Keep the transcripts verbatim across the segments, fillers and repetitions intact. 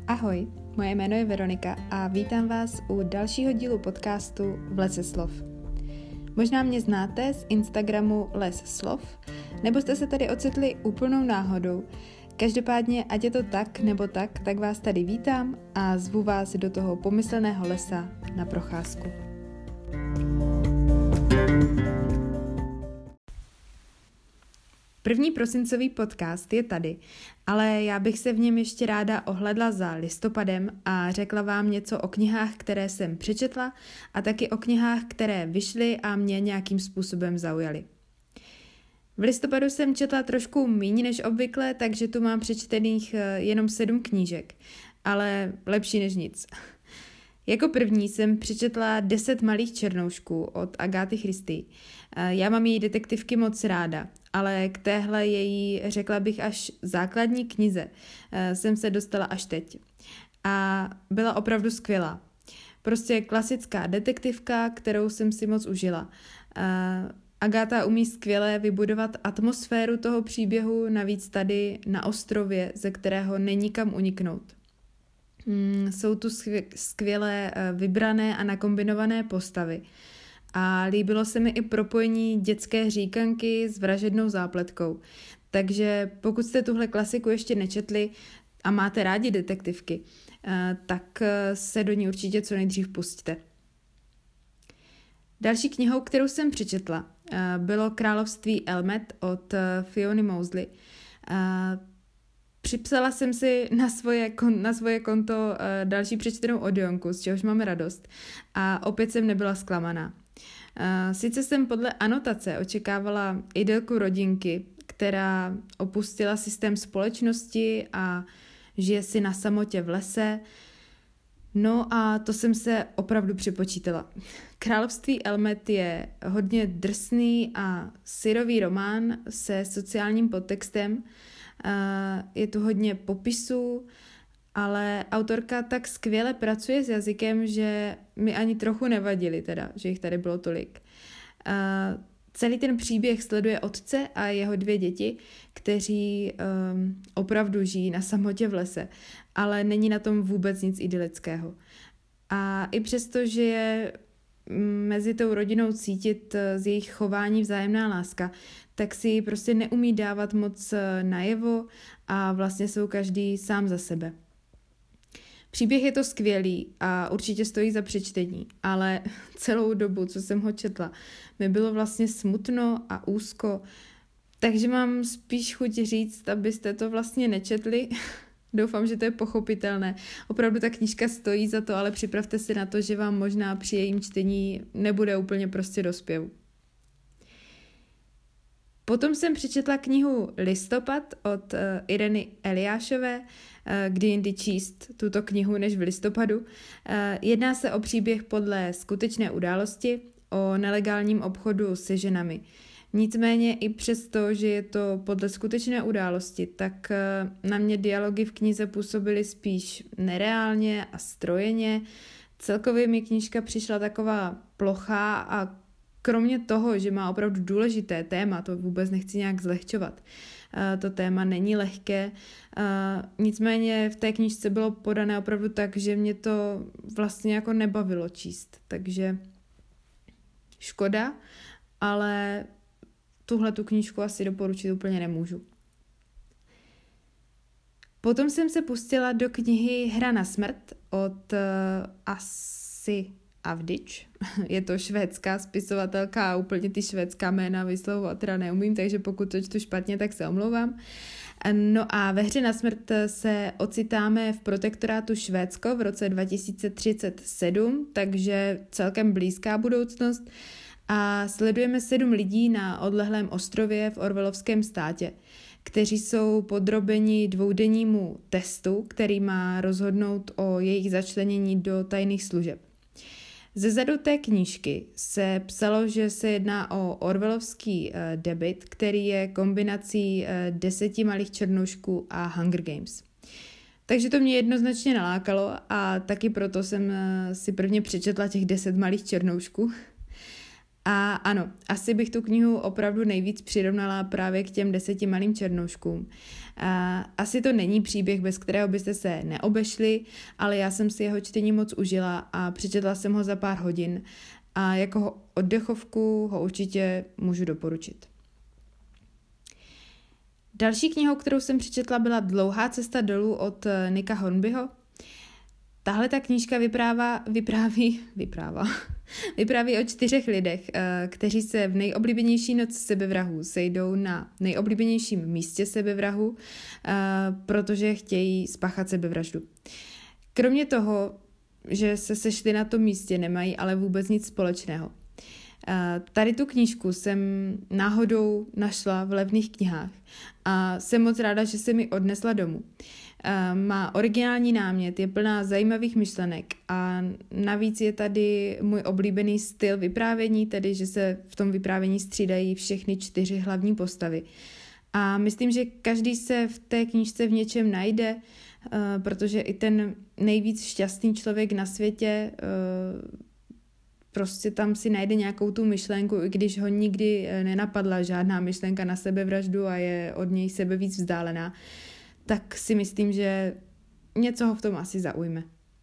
Ahoj, moje jméno je Veronika a vítám vás u dalšího dílu podcastu V lese slov. Možná mě znáte z Instagramu Les slov, nebo jste se tady ocitli úplnou náhodou. Každopádně, ať je to tak nebo tak, tak vás tady vítám a zvu vás do toho pomyslného lesa na procházku. První prosincový podcast je tady, ale já bych se v něm ještě ráda ohledla za listopadem a řekla vám něco o knihách, které jsem přečetla a taky o knihách, které vyšly a mě nějakým způsobem zaujaly. V listopadu jsem četla trošku míň než obvykle, takže tu mám přečtených jenom sedm knížek, ale lepší než nic. Jako první jsem přečetla Deset malých černoušků od Agáty Christie. Já mám její detektivky moc ráda, ale k téhle její, řekla bych, až základní knize jsem se dostala až teď. A byla opravdu skvělá. Prostě klasická detektivka, kterou jsem si moc užila. Agáta umí skvěle vybudovat atmosféru toho příběhu, navíc tady na ostrově, ze kterého není kam uniknout. Jsou tu skvělé vybrané a nakombinované postavy. A líbilo se mi i propojení dětské říkanky s vražednou zápletkou. Takže pokud jste tuhle klasiku ještě nečetli a máte rádi detektivky, tak se do ní určitě co nejdřív pusťte. Další knihou, kterou jsem přečetla, bylo Království Elmet od Fiony Mosley. Připsala jsem si na svoje, na svoje konto další přečtenou odionku, z čehož mám radost. A opět jsem nebyla zklamaná. Sice jsem podle anotace očekávala idylku rodinky, která opustila systém společnosti a žije si na samotě v lese. No a to jsem se opravdu připočítala. Království Elmet je hodně drsný a syrový román se sociálním podtextem. Je tu hodně popisů, ale autorka tak skvěle pracuje s jazykem, že mi ani trochu nevadili, teda, že jich tady bylo tolik. Uh, celý ten příběh sleduje otce a jeho dvě děti, kteří um, opravdu žijí na samotě v lese, ale není na tom vůbec nic idylického. A i přesto, že je mezi tou rodinou cítit z jejich chování vzájemná láska, tak si ji prostě neumí dávat moc najevo a vlastně jsou každý sám za sebe. Příběh je to skvělý a určitě stojí za přečtení, ale celou dobu, co jsem ho četla, mi bylo vlastně smutno a úzko, takže mám spíš chuť říct, abyste to vlastně nečetli. Doufám, že to je pochopitelné. Opravdu ta knížka stojí za to, ale připravte si na to, že vám možná při jejím čtení nebude úplně prostě do zpěvu. Potom jsem přečetla knihu Listopad od uh, Ireny Eliášové, uh, kdy jindy číst tuto knihu než v listopadu. Uh, jedná se o příběh podle skutečné události, o nelegálním obchodu se ženami. Nicméně i přesto, že je to podle skutečné události, tak uh, na mě dialogy v knize působily spíš nereálně a strojeně. Celkově mi knížka přišla taková plochá a kromě toho, že má opravdu důležité téma, to vůbec nechci nějak zlehčovat, to téma není lehké, nicméně v té knížce bylo podané opravdu tak, že mě to vlastně jako nebavilo číst, takže škoda, ale tuhle tu knížku asi doporučit úplně nemůžu. Potom jsem se pustila do knihy Hra na smrt od uh, Asi Avdić. Je to švédská spisovatelka a úplně ty švédská jména vyslovovat teda neumím, takže pokud to čtu špatně, tak se omlouvám. No a ve Hře na smrt se ocitáme v protektorátu Švédsko v roce dva tisíce třicet sedm, takže celkem blízká budoucnost a sledujeme sedm lidí na odlehlém ostrově v orwellovském státě, kteří jsou podrobeni dvoudennímu testu, který má rozhodnout o jejich začlenění do tajných služeb. Ze zadu té knížky se psalo, že se jedná o orwellovský uh, debut, který je kombinací uh, Deseti malých černoušků a Hunger Games. Takže to mě jednoznačně nalákalo a taky proto jsem uh, si prvně přečetla těch Deset malých černoušků. A ano, asi bych tu knihu opravdu nejvíc přirovnala právě k těm deseti malým černouškům. A asi to není příběh, bez kterého byste se neobešli, ale já jsem si jeho čtení moc užila a přečetla jsem ho za pár hodin a jako oddechovku ho určitě můžu doporučit. Další knihou, kterou jsem přečetla, byla Dlouhá cesta dolů od Nicka Hornbyho. Tahle ta knížka vyprává, vypráví, vyprává, vypráví o čtyřech lidech, kteří se v nejoblíbenější noc sebevrahů sejdou na nejoblíbenějším místě sebevrahu, protože chtějí spáchat sebevraždu. Kromě toho, že se sešli na tom místě, nemají ale vůbec nic společného. Tady tu knížku jsem náhodou našla v levných knihách a jsem moc ráda, že jsem ji odnesla domů. Má originální námět, je plná zajímavých myšlenek a navíc je tady můj oblíbený styl vyprávění, tedy že se v tom vyprávění střídají všechny čtyři hlavní postavy. A myslím, že každý se v té knížce v něčem najde, protože i ten nejvíc šťastný člověk na světě prostě tam si najde nějakou tu myšlenku, i když ho nikdy nenapadla žádná myšlenka na sebevraždu a je od něj sebe víc vzdálená, tak si myslím, že něco ho v tom asi zaujme.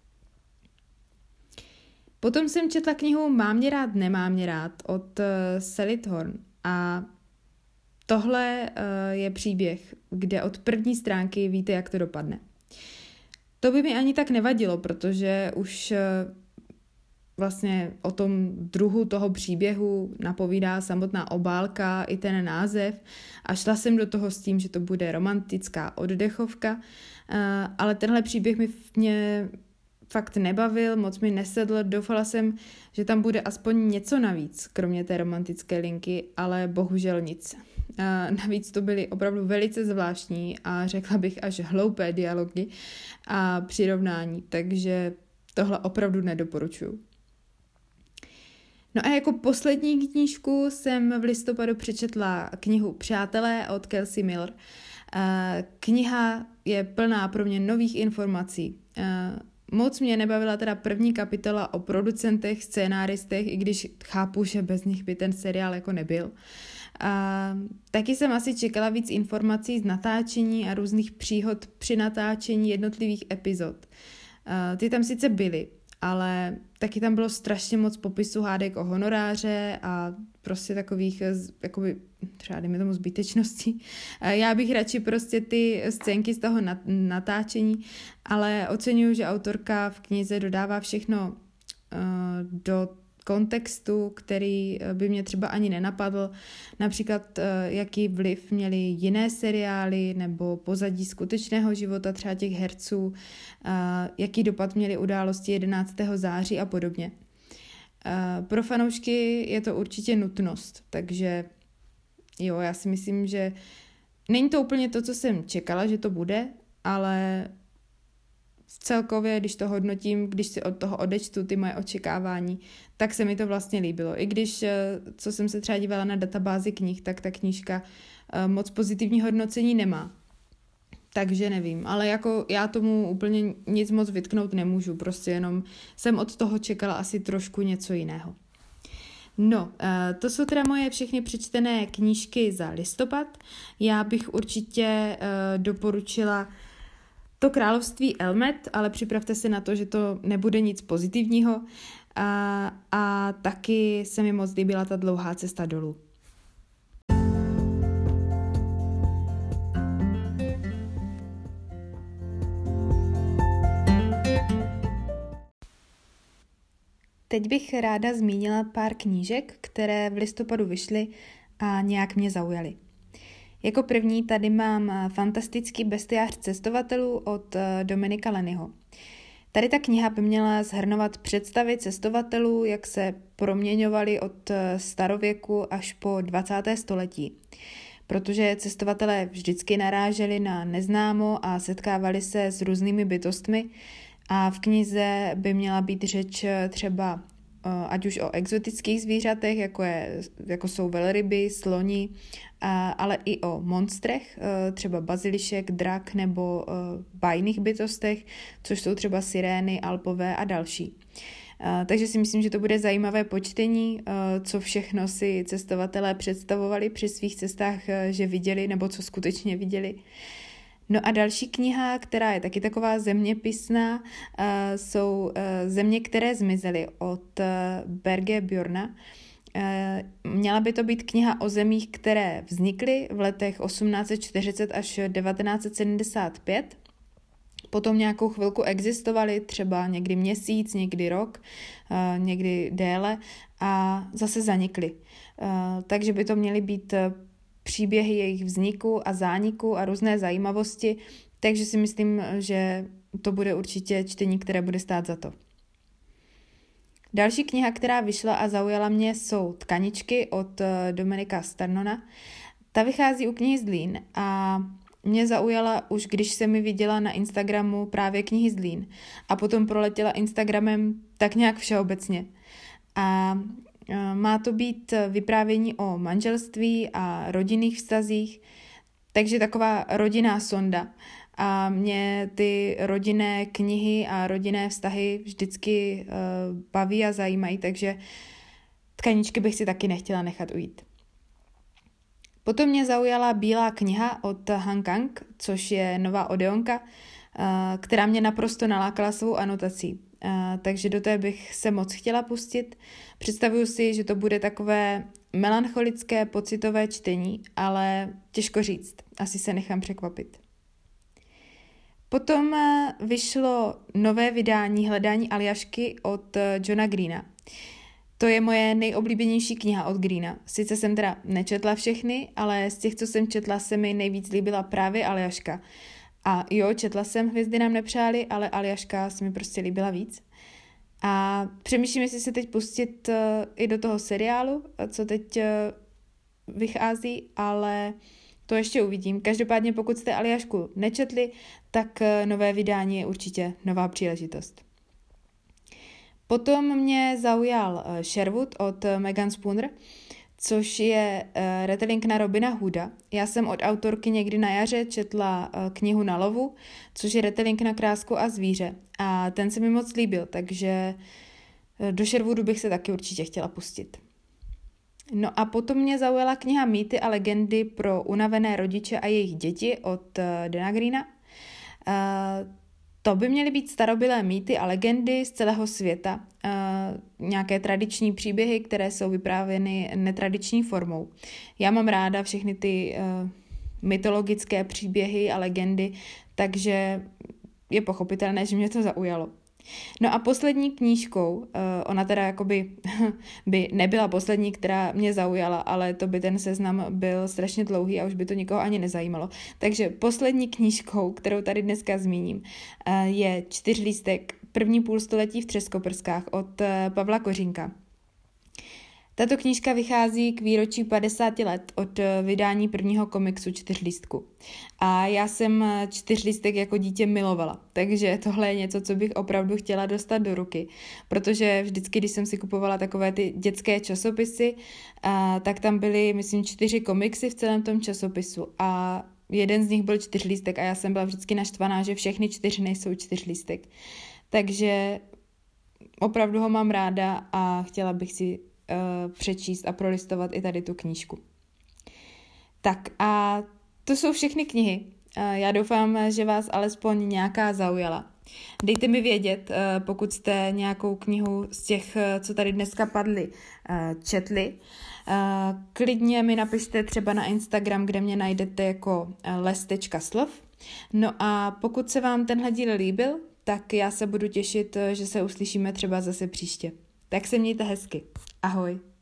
Potom jsem četla knihu Mám mě rád, nemám mě rád od Sally Thorne a tohle je příběh, kde od první stránky víte, jak to dopadne. To by mi ani tak nevadilo, protože už vlastně o tom druhu toho příběhu napovídá samotná obálka i ten název a šla jsem do toho s tím, že to bude romantická oddechovka, ale tenhle příběh mi mě fakt nebavil, moc mi nesedl, doufala jsem, že tam bude aspoň něco navíc, kromě té romantické linky, ale bohužel nic. Navíc to byly opravdu velice zvláštní a řekla bych až hloupé dialogy a přirovnání, takže tohle opravdu nedoporučuju. No a jako poslední knížku jsem v listopadu přečetla knihu Přátelé od Kelsey Miller. Kniha je plná pro mě nových informací. Moc mě nebavila teda první kapitola o producentech, scénáristech, i když chápu, že bez nich by ten seriál jako nebyl. A taky jsem asi čekala víc informací z natáčení a různých příhod při natáčení jednotlivých epizod. A ty tam sice byly, ale taky tam bylo strašně moc popisu hádek o honoráře a prostě takových, jakoby, třeba dejme tomu zbytečností. Já bych radši prostě ty scénky z toho natáčení, ale oceňuji, že autorka v knize dodává všechno do kontextu, který by mě třeba ani nenapadl, například jaký vliv měly jiné seriály nebo pozadí skutečného života třeba těch herců, jaký dopad měly události jedenáctého září a podobně. Pro fanoušky je to určitě nutnost, takže jo, já si myslím, že není to úplně to, co jsem čekala, že to bude, ale celkově, když to hodnotím, když si od toho odečtu ty moje očekávání, tak se mi to vlastně líbilo. I když, co jsem se třeba dívala na databázi knih, tak ta knížka moc pozitivní hodnocení nemá. Takže nevím, ale jako já tomu úplně nic moc vytknout nemůžu, prostě jenom jsem od toho čekala asi trošku něco jiného. No, to jsou teda moje všechny přečtené knížky za listopad. Já bych určitě doporučila To království Elmet, ale připravte se na to, že to nebude nic pozitivního a, a taky se mi moc líbila ta Dlouhá cesta dolů. Teď bych ráda zmínila pár knížek, které v listopadu vyšly a nějak mě zaujaly. Jako první tady mám Fantastický bestiář cestovatelů od Dominika Lennyho. Tady ta kniha by měla shrnovat představy cestovatelů, jak se proměňovaly od starověku až po dvacáté století. Protože cestovatelé vždycky naráželi na neznámo a setkávali se s různými bytostmi a v knize by měla být řeč třeba ať už o exotických zvířatech, jako, je, jako jsou velryby, sloni, ale i o monstrech, třeba bazilišek, drak nebo bajných bytostech, což jsou třeba sirény, alpové a další. Takže si myslím, že to bude zajímavé počtení, co všechno si cestovatelé představovali při svých cestách, že viděli, nebo co skutečně viděli. No a další kniha, která je taky taková zeměpisná, jsou Země, které zmizely od Berge Bjorna. Měla by to být kniha o zemích, které vznikly v letech osmnáct set čtyřicet až devatenáct set sedmdesát pět. Potom nějakou chvilku existovaly, třeba někdy měsíc, někdy rok, někdy déle a zase zanikly. Takže by to měly být příběhy jejich vzniku a zániku a různé zajímavosti, takže si myslím, že to bude určitě čtení, které bude stát za to. Další kniha, která vyšla a zaujala mě, jsou Tkaničky od Dominika Starnona. Ta vychází u knihy Zlín a mě zaujala už, když jsem mi viděla na Instagramu právě knihy Zlín a potom proletěla Instagramem tak nějak všeobecně. A má to být vyprávění o manželství a rodinných vztazích, takže taková rodinná sonda. A mě ty rodinné knihy a rodinné vztahy vždycky uh, baví a zajímají, takže Tkaničky bych si taky nechtěla nechat ujít. Potom mě zaujala Bílá kniha od Han Kang, což je nová odeonka, uh, která mě naprosto nalákala svou anotací. Uh, takže do té bych se moc chtěla pustit. Představuju si, že to bude takové melancholické, pocitové čtení, ale těžko říct. Asi se nechám překvapit. Potom vyšlo nové vydání Hledání Aljašky od Johna Greena. To je moje nejoblíbenější kniha od Greena. Sice jsem teda nečetla všechny, ale z těch, co jsem četla, se mi nejvíc líbila právě Aljaška. A jo, četla jsem Hvězdy nám nepřáli, ale Aljaška se mi prostě líbila víc. A přemýšlím, jestli se teď pustit i do toho seriálu, co teď vychází, ale to ještě uvidím. Každopádně pokud jste Aljašku nečetli, tak nové vydání je určitě nová příležitost. Potom mě zaujal Sherwood od Megan Spooner, což je retelling na Robina Hooda. Já jsem od autorky někdy na jaře četla knihu Na lovu, což je retelling na Krásku a zvíře. A ten se mi moc líbil, takže do Sherwoodu bych se taky určitě chtěla pustit. No a potom mě zaujala kniha Mýty a legendy pro unavené rodiče a jejich děti od Dana Greena. Uh, to by měly být starobylé mýty a legendy z celého světa. Uh, nějaké tradiční příběhy, které jsou vyprávěny netradiční formou. Já mám ráda všechny ty uh, mytologické příběhy a legendy, takže je pochopitelné, že mě to zaujalo. No a poslední knížkou, uh, ona teda jakoby by nebyla poslední, která mě zaujala, ale to by ten seznam byl strašně dlouhý a už by to nikoho ani nezajímalo. Takže poslední knížkou, kterou tady dneska zmíním, uh, je Čtyřlístek první půlstoletí v Třeskoprskách od uh, Pavla Kořínka. Tato knížka vychází k výročí padesáti let od vydání prvního komiksu Čtyřlístku. A já jsem Čtyřlístek jako dítě milovala, takže tohle je něco, co bych opravdu chtěla dostat do ruky, protože vždycky, když jsem si kupovala takové ty dětské časopisy, a, tak tam byly, myslím, čtyři komiksy v celém tom časopisu a jeden z nich byl Čtyřlístek a já jsem byla vždycky naštvaná, že všechny čtyři nejsou Čtyřlístek. Takže opravdu ho mám ráda a chtěla bych si přečíst a prolistovat i tady tu knížku. Tak a to jsou všechny knihy. Já doufám, že vás alespoň nějaká zaujala. Dejte mi vědět, pokud jste nějakou knihu z těch, co tady dneska padly, četli. Klidně mi napište třeba na Instagram, kde mě najdete jako les tečka slov. No a pokud se vám tenhle díl líbil, tak já se budu těšit, že se uslyšíme třeba zase příště. Tak se mějte hezky. Ahoj.